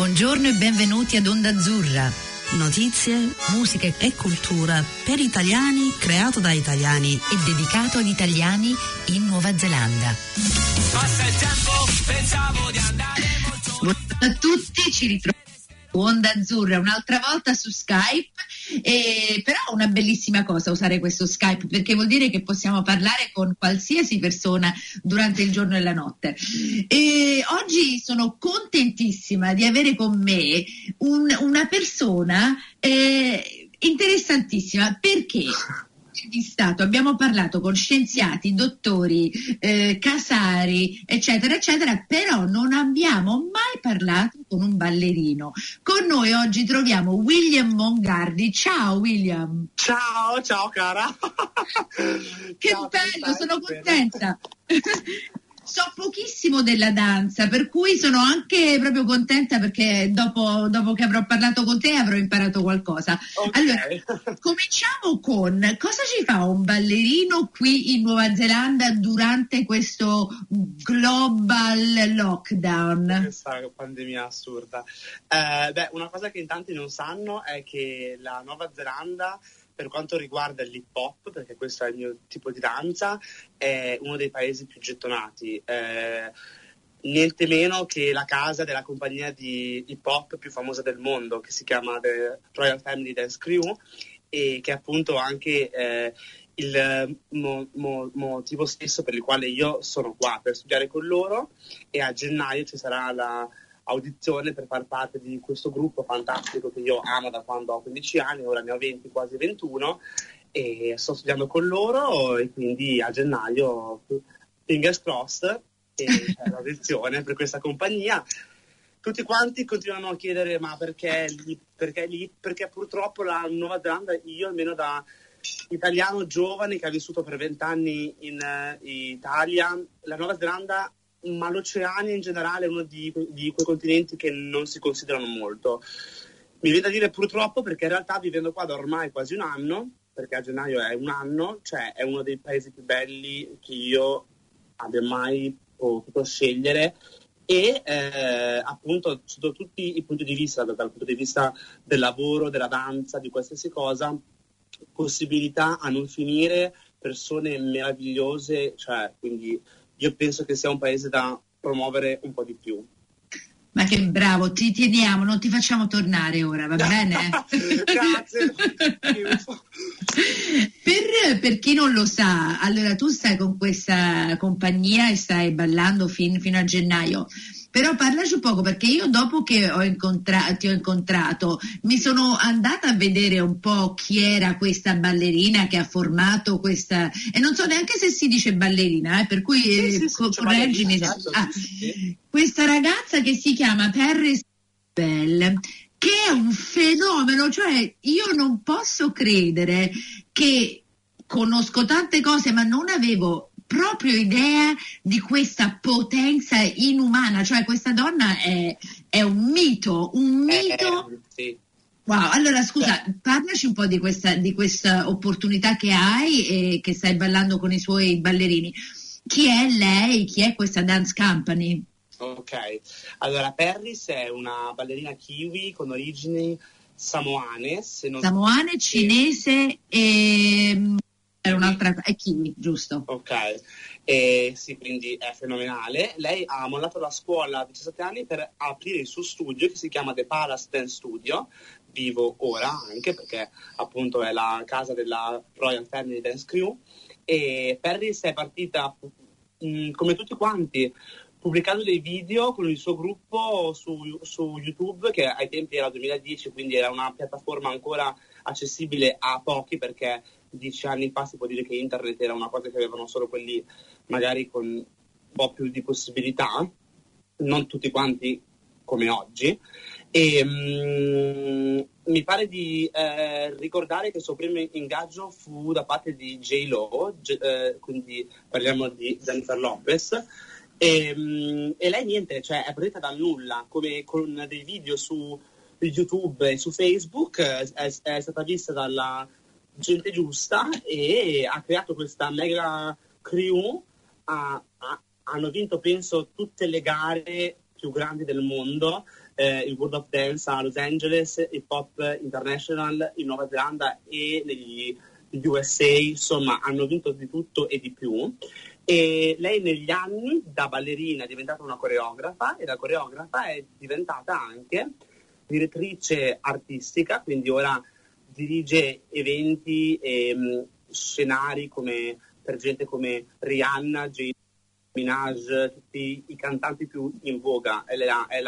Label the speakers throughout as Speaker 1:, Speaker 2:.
Speaker 1: Buongiorno e benvenuti ad Onda Azzurra.
Speaker 2: Notizie, musica e cultura per italiani, creato da italiani
Speaker 1: e dedicato agli italiani in Nuova Zelanda.
Speaker 3: Passa il tempo, pensavo di andare molto.
Speaker 1: Buongiorno a tutti, ci ritroviamo Onda Azzurra un'altra volta su Skype, però è una bellissima cosa usare questo Skype, perché vuol dire che possiamo parlare con qualsiasi persona durante il giorno e la notte. E oggi sono contentissima di avere con me una persona interessantissima, perché abbiamo parlato con scienziati, dottori, casari, eccetera, eccetera, però non abbiamo mai parlato con un ballerino. Con noi oggi troviamo William Mongardi. Ciao William.
Speaker 4: Ciao cara.
Speaker 1: Che ciao, bello, sono contenta. So pochissimo della danza, per cui sono anche proprio contenta, perché dopo che avrò parlato con te avrò imparato qualcosa.
Speaker 4: Okay.
Speaker 1: Allora, cominciamo con cosa ci fa un ballerino qui in Nuova Zelanda durante questo global lockdown?
Speaker 4: Questa pandemia assurda. Una cosa che in tanti non sanno è che la Nuova Zelanda, per quanto riguarda l'hip hop, perché questo è il mio tipo di danza, è uno dei paesi più gettonati. Niente meno che la casa della compagnia di hip hop più famosa del mondo, che si chiama The Royal Family Dance Crew, e che è appunto anche il motivo stesso per il quale io sono qua, per studiare con loro, e a gennaio ci sarà la audizione per far parte di questo gruppo fantastico che io amo da quando ho 15 anni, ora ne ho 20, quasi 21, e sto studiando con loro, e quindi a gennaio, fingers crossed, e c'è l'audizione per questa compagnia. Tutti quanti continuano a chiedere ma perché lì? Perché purtroppo la Nuova Zelanda, io almeno da italiano giovane che ha vissuto per 20 anni in Italia, la Nuova Zelanda, ma l'Oceania in generale è uno di quei continenti che non si considerano molto. Mi viene da dire purtroppo, perché in realtà vivendo qua da ormai quasi un anno, perché a gennaio è un anno, cioè è uno dei paesi più belli che io abbia mai potuto scegliere, e appunto sotto tutti i punti di vista, dal punto di vista del lavoro, della danza, di qualsiasi cosa, possibilità a non finire, persone meravigliose, cioè quindi io penso che sia un paese da promuovere un po' di più.
Speaker 1: Ma che bravo, ti teniamo, non ti facciamo tornare ora, va bene?
Speaker 4: Grazie.
Speaker 1: Per chi non lo sa, allora tu stai con questa compagnia e stai ballando fino a gennaio. Però parlaci un poco, perché io dopo che ti ho incontrato mi sono andata a vedere un po' chi era questa ballerina che ha formato questa, e non so neanche se si dice ballerina, per cui correggimi.
Speaker 4: Sì.
Speaker 1: Questa ragazza che si chiama Perry Bell, che è un fenomeno, cioè io non posso credere che conosco tante cose ma non avevo proprio idea di questa potenza inumana, cioè questa donna è un mito.
Speaker 4: Sì.
Speaker 1: Wow, allora scusa, parlaci un po' di questa opportunità che hai e che stai ballando con i suoi ballerini. Chi è lei? Chi è questa dance company?
Speaker 4: Ok, allora Perris è una ballerina kiwi con origini samoane,
Speaker 1: samoane, cinese e è un'altra, è kiwi, giusto?
Speaker 4: Ok, sì, quindi è fenomenale. Lei ha mollato la scuola a 17 anni per aprire il suo studio, che si chiama The Palace Dance Studio. Vivo ora anche perché appunto è la casa della Royal Family Dance Crew, e Perris è partita come tutti quanti, pubblicando dei video con il suo gruppo su YouTube, che ai tempi era 2010, quindi era una piattaforma ancora accessibile a pochi, perché 10 anni fa si può dire che internet era una cosa che avevano solo quelli magari con un po' più di possibilità, non tutti quanti come oggi. E mi pare di ricordare che il suo primo ingaggio fu da parte di J-Lo, quindi parliamo di Jennifer Lopez. E lei niente, cioè è partita dal nulla, come con dei video su YouTube e su Facebook, è stata vista dalla gente giusta e ha creato questa mega crew. Hanno vinto penso tutte le gare più grandi del mondo, il World of Dance a Los Angeles, il Pop International in Nuova Zelanda e negli USA, insomma hanno vinto di tutto e di più. E lei negli anni da ballerina è diventata una coreografa, e da coreografa è diventata anche direttrice artistica, quindi ora dirige eventi e scenari per gente come Rihanna, J. Minaj, tutti i cantanti più in voga. È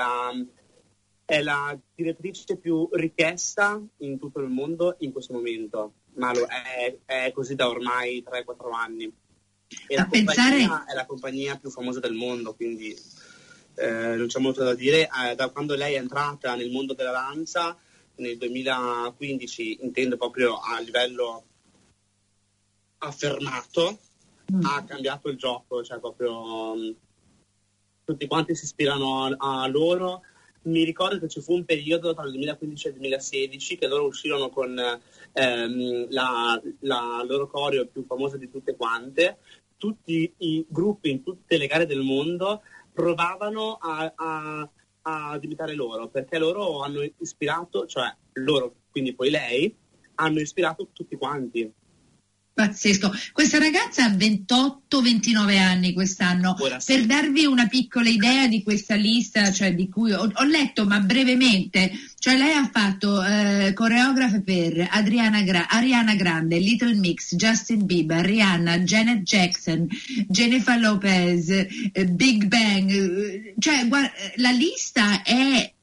Speaker 4: la direttrice più richiesta in tutto il mondo in questo momento, ma è così da ormai 3-4 anni. E è la compagnia più famosa del mondo, quindi non c'è molto da dire. Da quando lei è entrata nel mondo della danza, nel 2015, intendo proprio a livello affermato, ha cambiato il gioco, cioè proprio tutti quanti si ispirano a loro. Mi ricordo che ci fu un periodo tra il 2015 e il 2016 che loro uscirono con la loro coreo più famosa di tutte quante. Tutti i gruppi in tutte le gare del mondo provavano ad imitare loro, perché loro hanno ispirato, cioè loro, quindi poi lei, hanno ispirato tutti quanti.
Speaker 1: Pazzesco. Questa ragazza ha 28-29 anni quest'anno.
Speaker 4: Sì.
Speaker 1: Per darvi una piccola idea di questa lista, cioè di cui ho letto ma brevemente, cioè lei ha fatto coreografe per Ariana Grande, Little Mix, Justin Bieber, Rihanna, Janet Jackson, Jennifer Lopez, Big Bang, cioè la lista è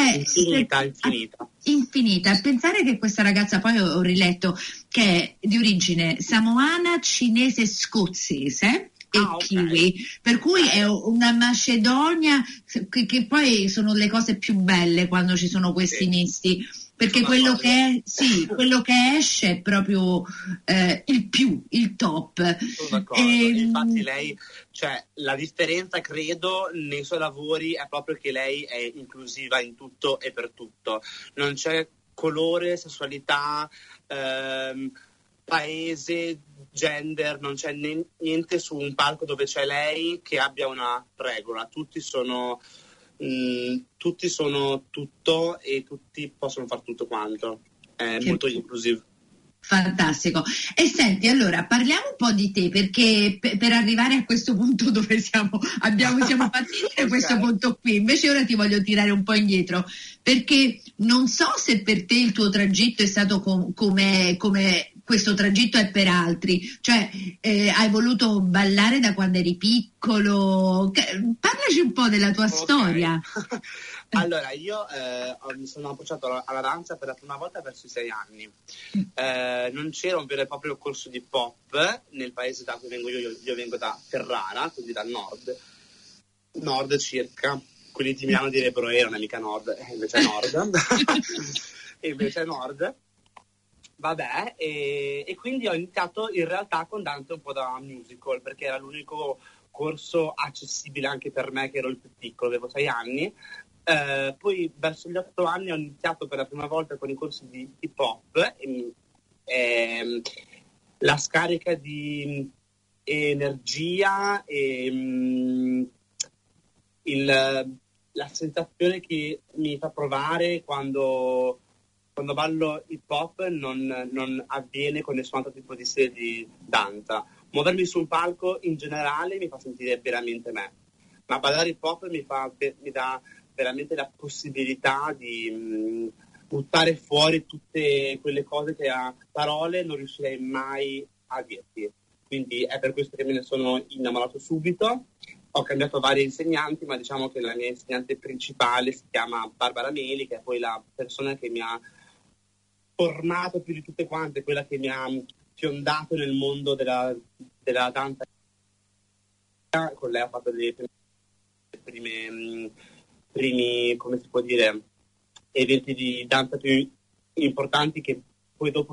Speaker 1: infinita. Pensare che questa ragazza, poi ho riletto, che è di origine samoana, cinese, scozzese e kiwi, per cui è una Macedonia, che poi sono le cose più belle quando ci sono questi misti, perché quello che esce è proprio il top.
Speaker 4: Infatti lei, cioè la differenza credo nei suoi lavori è proprio che lei è inclusiva in tutto e per tutto, non c'è colore, sessualità, paese, gender, non c'è niente su un palco dove c'è lei che abbia una regola, tutti sono tutto e tutti possono fare tutto quanto, è molto inclusive.
Speaker 1: Fantastico. E senti, allora parliamo un po' di te, perché per arrivare a questo punto dove siamo partiti da questo punto qui, invece ora ti voglio tirare un po' indietro, perché non so se per te il tuo tragitto è stato come questo tragitto è per altri, cioè hai voluto ballare da quando eri piccolo, parlaci un po' della tua storia.
Speaker 4: Allora, io mi sono approcciato alla danza per la prima volta verso i 6 anni. Non c'era un vero e proprio corso di pop nel paese da cui vengo io vengo da Ferrara, quindi dal nord circa. Quelli di Milano direbbero era mica nord, invece è nord. Vabbè, e quindi ho iniziato in realtà con danza un po' da musical, perché era l'unico corso accessibile anche per me, che ero il più piccolo, avevo 6 anni. Poi verso gli 8 anni ho iniziato per la prima volta con i corsi di hip hop, la scarica di energia e la sensazione che mi fa provare quando ballo hip hop non avviene con nessun altro tipo di stile di danza. Muovermi su un palco in generale mi fa sentire veramente me, ma ballare hip hop mi dà veramente la possibilità di buttare fuori tutte quelle cose che a parole non riuscirei mai a dirti. Quindi è per questo che me ne sono innamorato subito. Ho cambiato vari insegnanti, ma diciamo che la mia insegnante principale si chiama Barbara Meli, che è poi la persona che mi ha formato più di tutte quante, quella che mi ha fiondato nel mondo della danza. Con lei ho fatto dei primi, come si può dire, eventi di danza più importanti, che poi dopo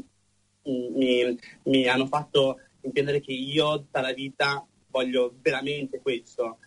Speaker 4: mi hanno fatto intendere che io dalla vita voglio veramente questo.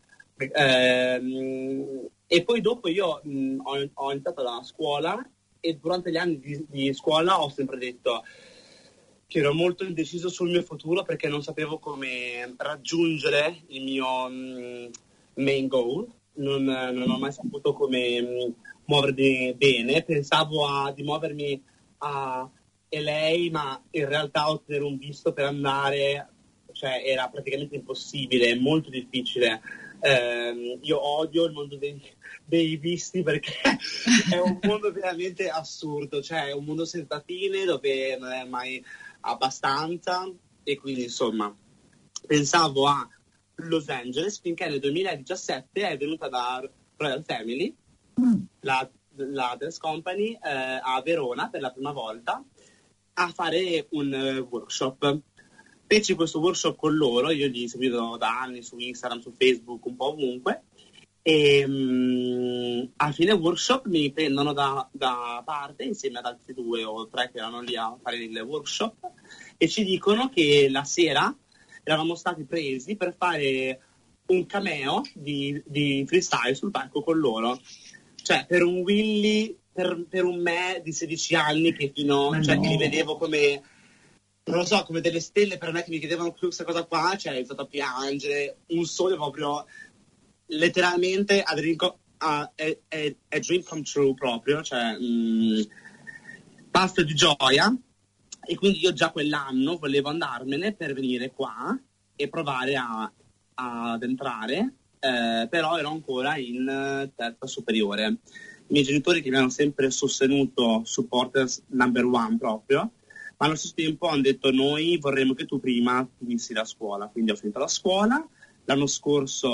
Speaker 4: E poi dopo io ho iniziato la scuola, e durante gli anni di scuola ho sempre detto che ero molto indeciso sul mio futuro, perché non sapevo come raggiungere il mio main goal, non ho mai saputo come muovermi bene. Pensavo di muovermi a LA, ma in realtà ottenere un visto per andare, cioè, era praticamente impossibile, molto difficile. Io odio il mondo dei visti perché è un mondo veramente assurdo, cioè è un mondo senza fine dove non è mai abbastanza, e quindi insomma pensavo a Los Angeles finché nel 2017 è venuta da Royal Family, la Dress Company, a Verona per la prima volta a fare un workshop. Feci questo workshop con loro, io li seguivo da anni su Instagram, su Facebook, un po' ovunque, e a fine workshop mi prendono da parte insieme ad altri 2 o 3 che erano lì a fare il workshop e ci dicono che la sera eravamo stati presi per fare un cameo di freestyle sul palco con loro, cioè per un Willy, per un me di 16 anni che cioè, che li vedevo come, non lo so, come delle stelle per me, che mi chiedevano questa cosa qua, cioè ho iniziato a piangere, un sole proprio, letteralmente a dream come true proprio, cioè pasto di gioia. E quindi io già quell'anno volevo andarmene per venire qua e provare ad entrare, però ero ancora in terza superiore. I miei genitori, che mi hanno sempre sostenuto, supporters number one proprio, ma allo stesso tempo hanno detto: noi vorremmo che tu prima finissi la scuola. Quindi ho finito la scuola, l'anno scorso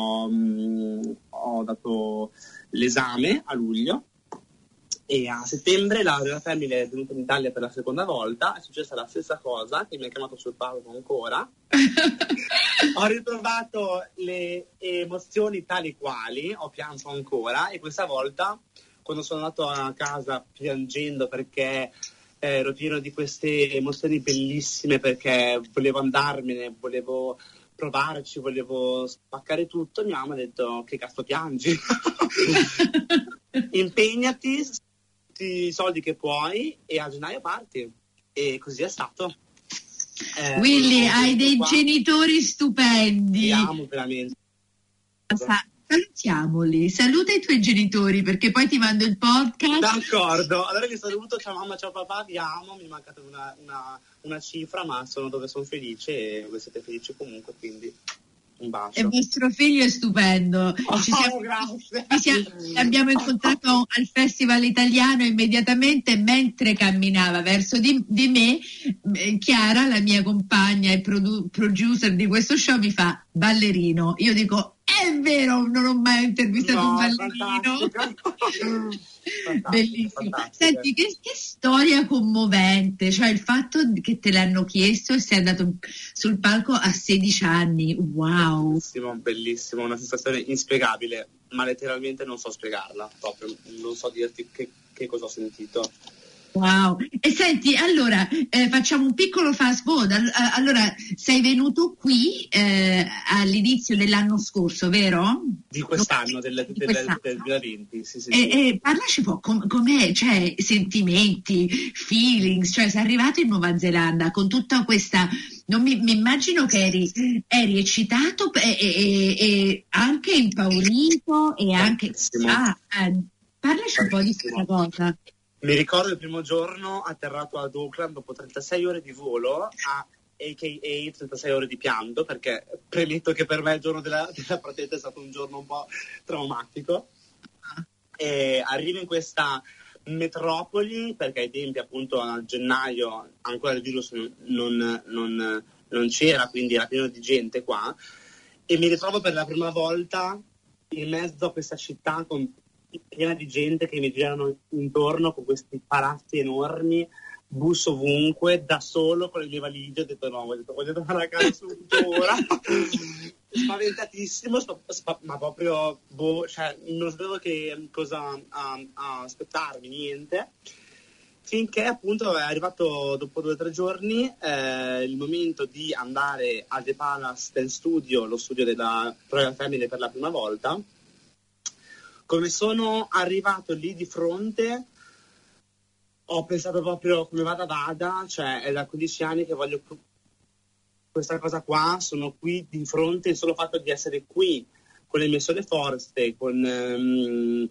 Speaker 4: ho dato l'esame a luglio, e a settembre la Royal Family è venuta in Italia per la seconda volta. È successa la stessa cosa, che mi ha chiamato sul palco ancora. Ho ritrovato le emozioni tali quali, ho pianto ancora, e questa volta, quando sono andato a casa piangendo perché ero pieno di queste emozioni bellissime, perché volevo andarmene, volevo provarci, volevo spaccare tutto, mia mamma ha detto: che cazzo piangi? Impegnati, i soldi che puoi, e a gennaio parti. E così è stato.
Speaker 1: Willy, hai dei genitori stupendi.
Speaker 4: Ti amo veramente.
Speaker 1: Salutiamoli, saluta i tuoi genitori, perché poi ti mando il podcast.
Speaker 4: D'accordo, allora vi saluto, ciao mamma, ciao papà, vi amo, mi è mancata una cifra, ma sono dove sono felice e voi siete felici comunque, quindi un bacio.
Speaker 1: E vostro figlio è stupendo.
Speaker 4: Grazie.
Speaker 1: Abbiamo incontrato al Festival Italiano immediatamente, mentre camminava verso di me, Chiara, la mia compagna e producer di questo show, mi fa: ballerino. Io dico: è vero, non ho mai intervistato un ballerino. Bellissimo. Senti, che storia commovente, cioè il fatto che te l'hanno chiesto e sei andato sul palco a 16 anni. Wow.
Speaker 4: Bellissimo, bellissimo, una sensazione inspiegabile, ma letteralmente non so spiegarla, proprio non so dirti che cosa ho sentito.
Speaker 1: Wow. E senti, allora facciamo un piccolo fast forward. Allora, sei venuto qui all'inizio dell'anno scorso, vero?
Speaker 4: Di quest'anno, del 2020, sì.
Speaker 1: E parlaci un po', com'è, cioè, sentimenti, feelings, cioè sei arrivato in Nuova Zelanda con tutta questa... Non mi immagino che eri eccitato e anche impaurito e anche... parlaci un po' di questa cosa.
Speaker 4: Mi ricordo il primo giorno atterrato ad Auckland dopo 36 ore di volo, a.k.a. 36 ore di pianto, perché premetto che per me il giorno della partenza è stato un giorno un po' traumatico. E arrivo in questa metropoli, perché ai tempi, appunto, a gennaio ancora il virus non c'era, quindi era pieno di gente qua, e mi ritrovo per la prima volta in mezzo a questa città piena di gente che mi girano intorno, con questi palazzi enormi, bus ovunque, da solo con le mie valigie. Ho detto: no, voglio tornare a casa subito ora. Spaventatissimo, ma proprio cioè, non sapevo che cosa aspettarmi, niente, finché appunto è arrivato, dopo 2 o 3 giorni, il momento di andare al The Palace Dance Studio, lo studio della Royal Family, per la prima volta. Come sono arrivato lì di fronte, ho pensato proprio: come vada, cioè è da 15 anni che voglio questa cosa qua, sono qui di fronte, il solo fatto di essere qui con le mie sole forze, con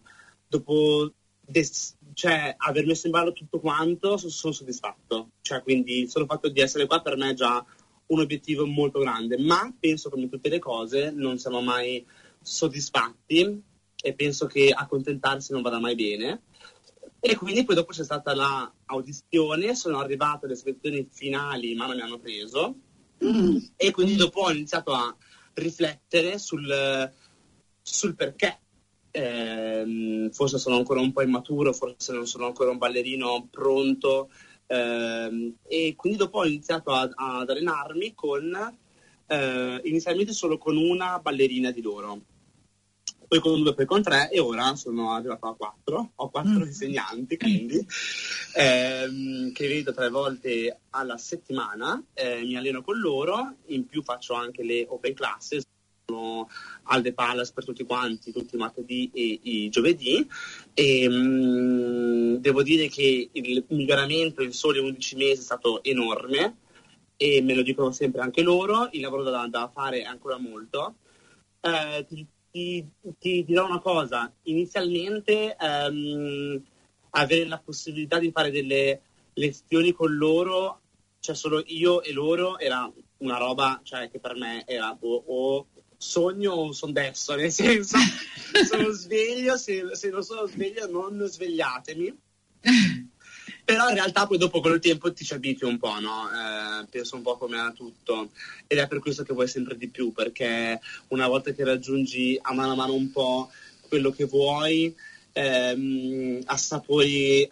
Speaker 4: cioè aver messo in ballo tutto quanto, sono soddisfatto. Cioè, quindi il solo fatto di essere qua per me è già un obiettivo molto grande, ma penso come tutte le cose non siamo mai soddisfatti e penso che accontentarsi non vada mai bene. E quindi poi dopo c'è stata l'audizione, sono arrivate le selezioni finali ma non mi hanno preso, e quindi dopo ho iniziato a riflettere sul perché. Forse sono ancora un po' immaturo, forse non sono ancora un ballerino pronto, e quindi dopo ho iniziato ad allenarmi inizialmente solo con una ballerina di loro, poi con 2, poi con 3, e ora sono arrivato a 4. Ho 4 insegnanti, quindi che vedo 3 volte alla settimana, mi alleno con loro, in più faccio anche le open classes, sono al The Palace per tutti quanti, tutti i martedì e i giovedì, e devo dire che il miglioramento in soli 11 mesi è stato enorme, e me lo dicono sempre anche loro. Il lavoro da fare è ancora molto. Ti dirò una cosa: inizialmente avere la possibilità di fare delle lezioni con loro, cioè solo io e loro, era una roba, cioè, che per me era o sogno o son desso, nel senso, sono sveglio, se non sono sveglio non svegliatemi. Però in realtà poi dopo con il tempo ti ci abitui un po', no? Penso un po' come a tutto, ed è per questo che vuoi sempre di più, perché una volta che raggiungi a mano un po' quello che vuoi, assapori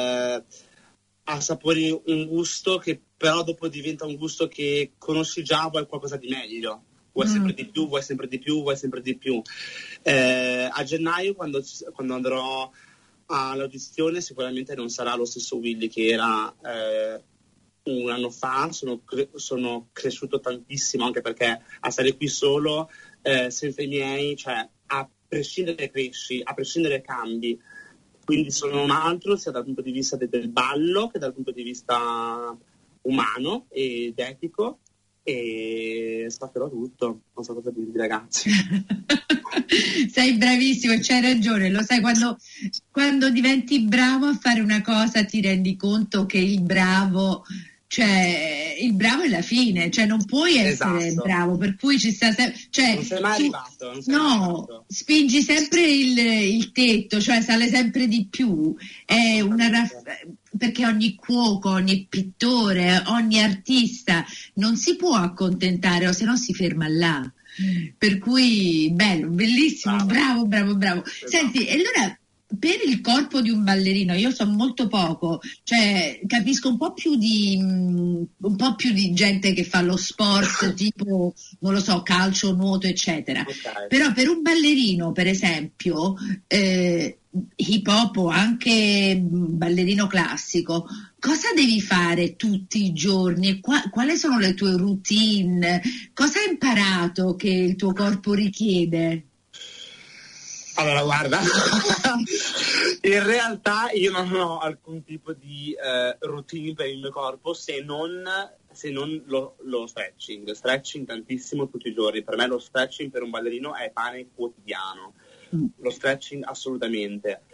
Speaker 4: un gusto che però dopo diventa un gusto che conosci già, vuoi qualcosa di meglio. Vuoi sempre di più, vuoi sempre di più, vuoi sempre di più. A gennaio, quando andrò all'audizione, sicuramente non sarà lo stesso Willy che era un anno fa. Sono cresciuto tantissimo, anche perché a stare qui solo, senza i miei, cioè a prescindere cresci, a prescindere cambi. Quindi sono un altro, sia dal punto di vista del ballo che dal punto di vista umano ed etico, e spaccherò tutto, non so cosa dirvi, ragazzi.
Speaker 1: Sei bravissimo, c'hai ragione, lo sai, quando diventi bravo a fare una cosa ti rendi conto che il bravo è la fine, cioè non puoi essere bravo, per cui ci sta cioè,
Speaker 4: non sei mai arrivato, arrivato.
Speaker 1: Spingi sempre il tetto, cioè sale sempre di più, è perché ogni cuoco, ogni pittore, ogni artista non si può accontentare, o se no si ferma là. Per cui bello, bellissimo, bravo. Esatto. Senti, e allora per il corpo di un ballerino, io so molto poco, cioè capisco un po' più di gente che fa lo sport tipo, non lo so, calcio, nuoto, eccetera.
Speaker 4: Okay.
Speaker 1: Però per un ballerino, per esempio, hip hop o anche ballerino classico, cosa devi fare tutti i giorni? Quali sono le tue routine? Cosa hai imparato che il tuo corpo richiede?
Speaker 4: Allora, guarda, in realtà io non ho alcun tipo di routine per il mio corpo, se non lo stretching tantissimo tutti i giorni. Per me lo stretching per un ballerino è pane quotidiano, lo stretching assolutamente.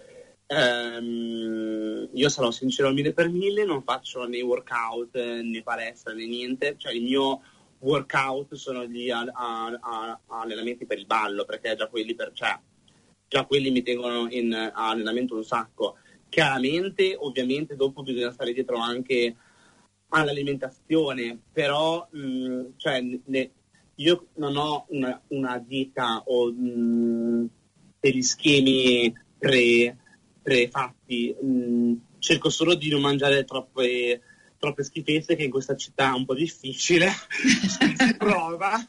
Speaker 4: Io sarò sincero al 1000%, non faccio né workout né palestra né niente, cioè il mio workout sono gli allenamenti per il ballo, perché già quelli mi tengono in allenamento un sacco. Chiaramente, ovviamente, dopo bisogna stare dietro anche all'alimentazione, però io non ho una dieta o degli schemi prefatti, cerco solo di non mangiare troppe schifezze, che in questa città è un po' difficile. si prova.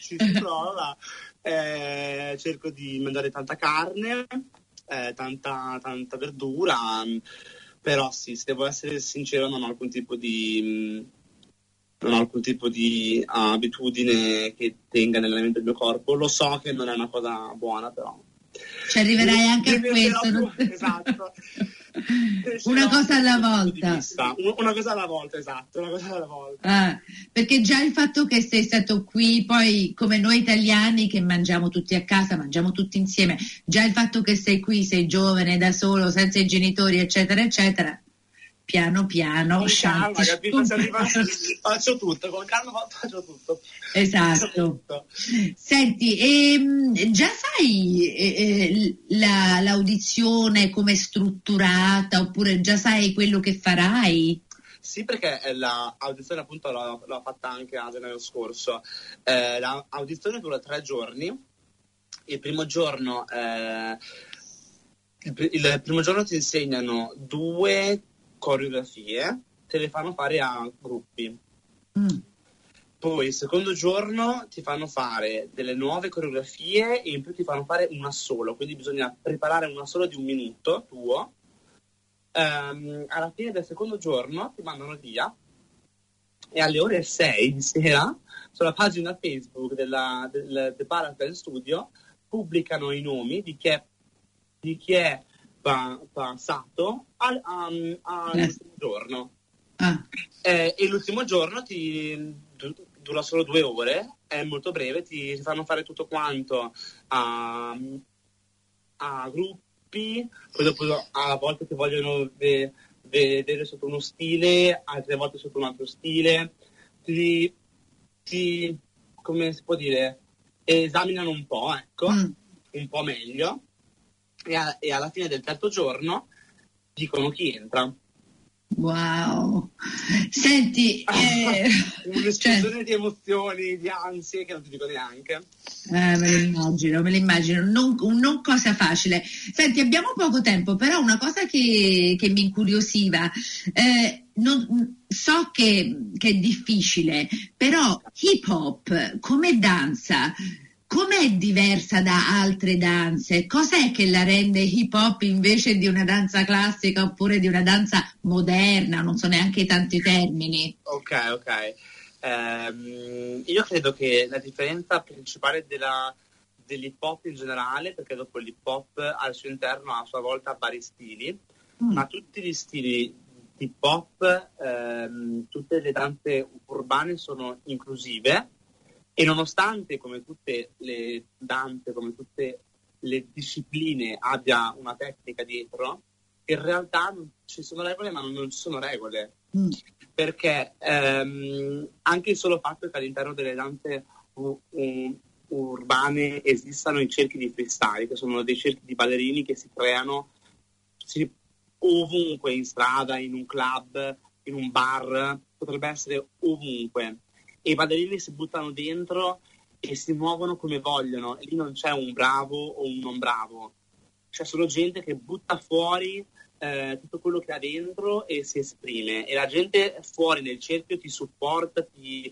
Speaker 4: Cerco di mangiare tanta carne, tanta verdura, però sì, se devo essere sincero, non ho alcun tipo di abitudine che tenga nell'allenamento del mio corpo. Lo so che non è una cosa buona, però
Speaker 1: ci arriverai anche a questo.
Speaker 4: Esatto.
Speaker 1: Una cosa alla volta.
Speaker 4: Una cosa alla volta, esatto, una cosa alla volta.
Speaker 1: Perché già il fatto che sei stato qui, poi come noi italiani che mangiamo tutti a casa, mangiamo tutti insieme, già il fatto che sei qui, sei giovane, da solo, senza i genitori, eccetera, eccetera, piano piano,
Speaker 4: calma, capito? Faccio tutto, con calma faccio tutto.
Speaker 1: Esatto. Senti, già sai l'audizione come è strutturata, oppure già sai quello che farai?
Speaker 4: Sì, perché l'audizione appunto l'ho fatta anche a gennaio scorso. L'audizione dura 3 giorni. Il primo giorno ti insegnano 2 coreografie, te le fanno fare a gruppi. Poi il secondo giorno ti fanno fare delle nuove coreografie e in più ti fanno fare una solo, quindi bisogna preparare una solo di 1 minuto tuo. Alla fine del secondo giorno ti mandano via e alle ore 6 di sera sulla pagina Facebook del Parasite Studio pubblicano i nomi di chi è passato all'ultimo giorno. E l'ultimo giorno dura solo 2 ore, è molto breve, ti fanno fare tutto quanto a gruppi, poi dopo a volte ti vogliono vedere sotto uno stile, altre volte sotto un altro stile, ti come si può dire, esaminano un po', ecco, un po' meglio. E alla fine del 3° giorno dicono chi entra.
Speaker 1: Wow, senti,
Speaker 4: un'esplosione di emozioni, di ansie che non ti dico neanche.
Speaker 1: Me lo immagino, non cosa facile. Senti, abbiamo poco tempo, però una cosa che mi incuriosiva, so che è difficile, però hip hop come danza, com'è diversa da altre danze? Cos'è che la rende hip hop invece di una danza classica oppure di una danza moderna? Non so neanche tanti termini.
Speaker 4: Ok. Io credo che la differenza principale dell'hip hop in generale, perché dopo l'hip hop al suo interno ha a sua volta vari stili, ma tutti gli stili hip hop, tutte le danze urbane sono inclusive. E nonostante, come tutte le danze, come tutte le discipline, abbia una tecnica dietro, in realtà ci sono regole, ma non ci sono regole. Perché anche il solo fatto che all'interno delle danze urbane esistano i cerchi di freestyle, che sono dei cerchi di ballerini che si creano ovunque, in strada, in un club, in un bar, potrebbe essere ovunque. E i ballerini si buttano dentro e si muovono come vogliono, e lì non c'è un bravo o un non bravo, c'è solo gente che butta fuori tutto quello che ha dentro e si esprime, e la gente fuori nel cerchio ti supporta, ti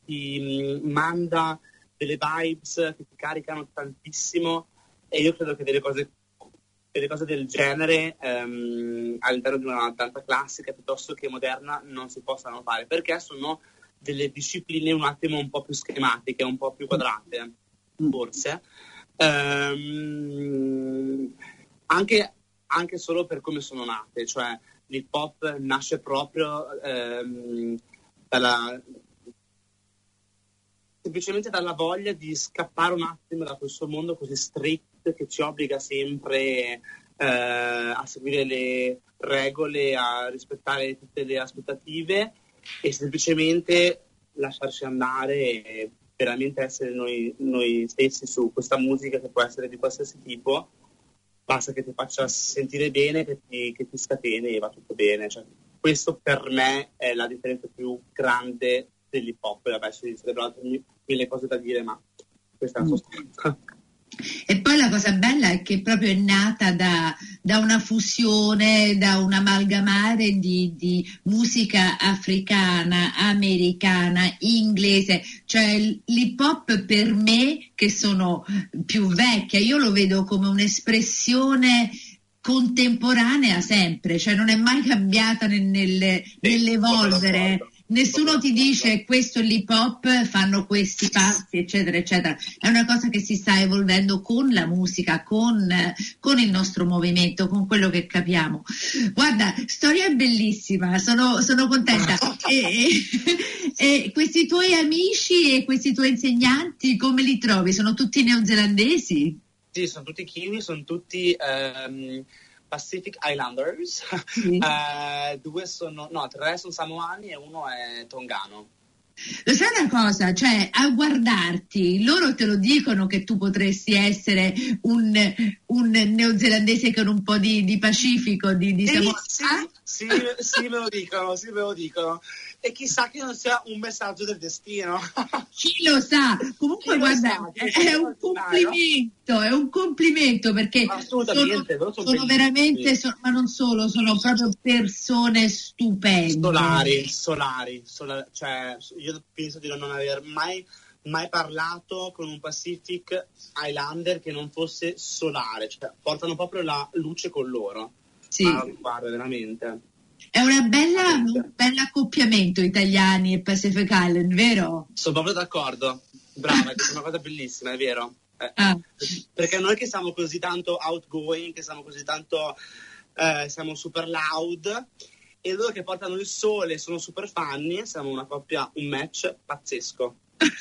Speaker 4: manda delle vibes che ti caricano tantissimo, e io credo che delle cose del genere all'interno di una danza classica piuttosto che moderna non si possano fare, perché sono delle discipline un attimo un po' più schematiche, un po' più quadrate, forse. Anche solo per come sono nate, cioè l'hip hop nasce proprio semplicemente dalla voglia di scappare un attimo da questo mondo così strict che ci obbliga sempre a seguire le regole, a rispettare tutte le aspettative, e semplicemente lasciarci andare e veramente essere noi stessi su questa musica, che può essere di qualsiasi tipo, basta che ti faccia sentire bene, che ti scateni e va tutto bene. Cioè, questo per me è la differenza più grande dell'hip hop. Vabbè, ci sarebbero mille cose da dire, ma questa è la sostanza.
Speaker 1: E poi la cosa bella è che proprio è nata da una fusione, da un amalgamare di musica africana, americana, inglese, cioè l'hip hop per me, che sono più vecchia, io lo vedo come un'espressione contemporanea sempre, cioè non è mai cambiata nell'evolvere. Nessuno ti dice questo è l'hip hop, fanno questi passi, eccetera, eccetera. È una cosa che si sta evolvendo con la musica, con il nostro movimento, con quello che capiamo. Guarda, storia bellissima, sono contenta. E questi tuoi amici e questi tuoi insegnanti, come li trovi? Sono tutti neozelandesi?
Speaker 4: Sì, sono tutti kiwi, sono tutti Pacific Islanders.
Speaker 1: Sì.
Speaker 4: Tre sono samoani e uno è tongano.
Speaker 1: Lo sai una cosa? Cioè, a guardarti, loro te lo dicono che tu potresti essere un neozelandese con un po' di Pacifico, di Samoa.
Speaker 4: Sì, me lo dicono. E chissà che non sia un messaggio del destino.
Speaker 1: Chi lo sa? Comunque guarda, è un complimento perché
Speaker 4: assolutamente,
Speaker 1: sono veramente, ma non solo, sono proprio persone stupende.
Speaker 4: Solari. Cioè, io penso di non aver mai parlato con un Pacific Islander che non fosse solare, cioè portano proprio la luce con loro.
Speaker 1: Sì.
Speaker 4: Ma guarda, veramente.
Speaker 1: È un bel accoppiamento italiani e Pacific Island, vero?
Speaker 4: Sono proprio d'accordo, brava, è una cosa bellissima, è vero. Perché noi che siamo così tanto outgoing, che siamo così tanto siamo super loud, e loro che portano il sole sono super funny, siamo una coppia, un match pazzesco.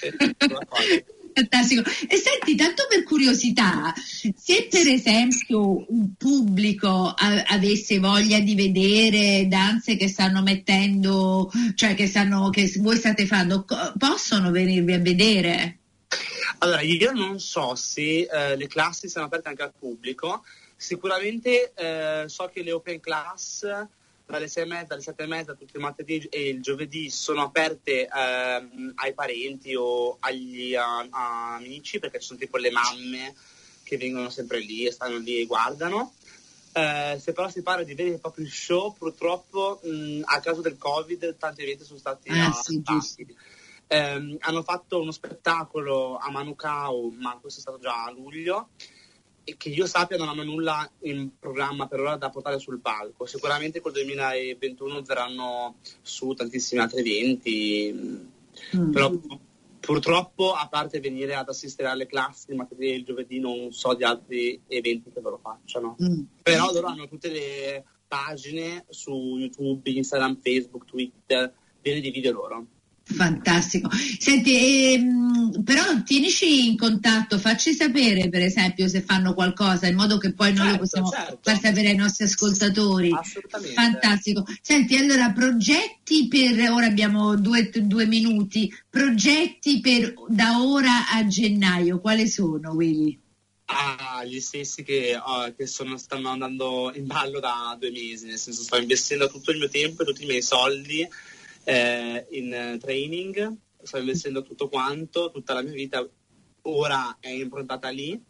Speaker 1: Fantastico. E senti, tanto per curiosità, se per esempio un pubblico avesse voglia di vedere danze che stanno mettendo, cioè che voi state fando, possono venirvi a vedere?
Speaker 4: Allora, io non so se le classi siano aperte anche al pubblico. Sicuramente so che le open class dalle 6:30, alle 7:30, tutti i martedì e il giovedì sono aperte ai parenti o agli amici, perché ci sono tipo le mamme che vengono sempre lì e stanno lì e guardano. Se però si parla di veri e propri show, purtroppo a causa del Covid tanti eventi sono stati spostati. Hanno fatto uno spettacolo a Manukau, ma questo è stato già a luglio, e che io sappia non hanno nulla in programma per ora da portare sul palco. Sicuramente col 2021 verranno su tantissimi altri eventi, però purtroppo, a parte venire ad assistere alle classi il martedì e il giovedì, non so di altri eventi che loro facciano. Però loro hanno tutte le pagine su YouTube, Instagram, Facebook, Twitter, piene di video loro.
Speaker 1: Fantastico. Senti, però tienici in contatto, facci sapere per esempio se fanno qualcosa, in modo che poi noi lo possiamo far sapere ai nostri ascoltatori.
Speaker 4: Assolutamente.
Speaker 1: Fantastico. Senti, allora, progetti per, ora abbiamo due minuti, progetti per da ora a gennaio, quali sono, Willy?
Speaker 4: Gli stessi che stanno andando in ballo da 2 mesi, nel senso sto investendo tutto il mio tempo e tutti i miei soldi in training, sto investendo tutto quanto, tutta la mia vita ora è improntata lì.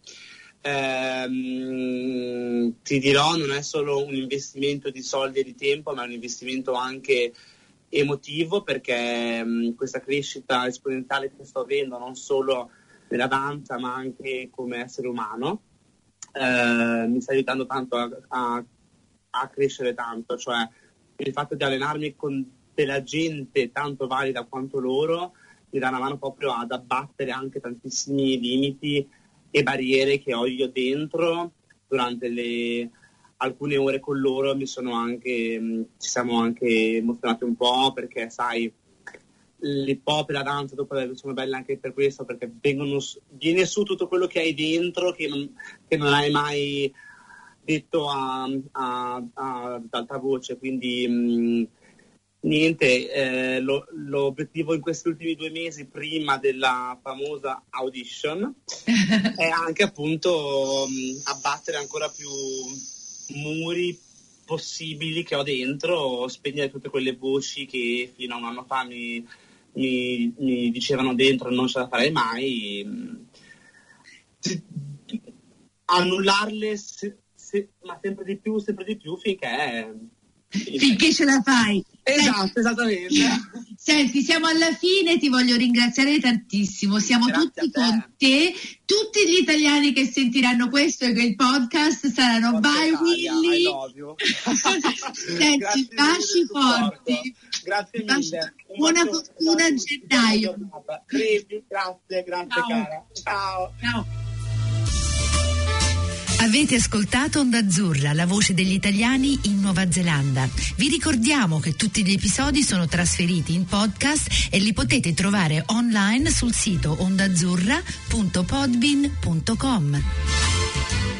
Speaker 4: Ti dirò, non è solo un investimento di soldi e di tempo, ma è un investimento anche emotivo, perché questa crescita esponenziale che sto avendo non solo nella danza ma anche come essere umano mi sta aiutando tanto a crescere tanto, cioè il fatto di allenarmi con della gente tanto valida quanto loro mi dà una mano proprio ad abbattere anche tantissimi limiti e barriere che ho io dentro. Durante alcune ore con loro ci siamo anche emozionati un po', perché sai, l'hip hop e la danza dopo sono belle anche per questo, perché viene su tutto quello che hai dentro che non hai mai detto ad alta voce, quindi niente, l'obiettivo in questi ultimi 2 mesi prima della famosa audition è anche appunto abbattere ancora più muri possibili che ho dentro, spegnere tutte quelle voci che fino a un anno fa mi dicevano dentro non ce la farei mai, annullarle ma sempre di più
Speaker 1: finché ce la fai.
Speaker 4: Esatto, esattamente.
Speaker 1: Senti, siamo alla fine, ti voglio ringraziare tantissimo, siamo tutti con te, tutti gli italiani che sentiranno questo e che il podcast saranno Bye Willy.
Speaker 4: I love you.
Speaker 1: Senti, baci forti.
Speaker 4: Grazie mille.
Speaker 1: Buona fortuna a gennaio.
Speaker 4: Grazie cara. Ciao.
Speaker 5: Avete ascoltato Onda Azzurra, la voce degli italiani in Nuova Zelanda. Vi ricordiamo che tutti gli episodi sono trasferiti in podcast e li potete trovare online sul sito ondaazzurra.podbean.com.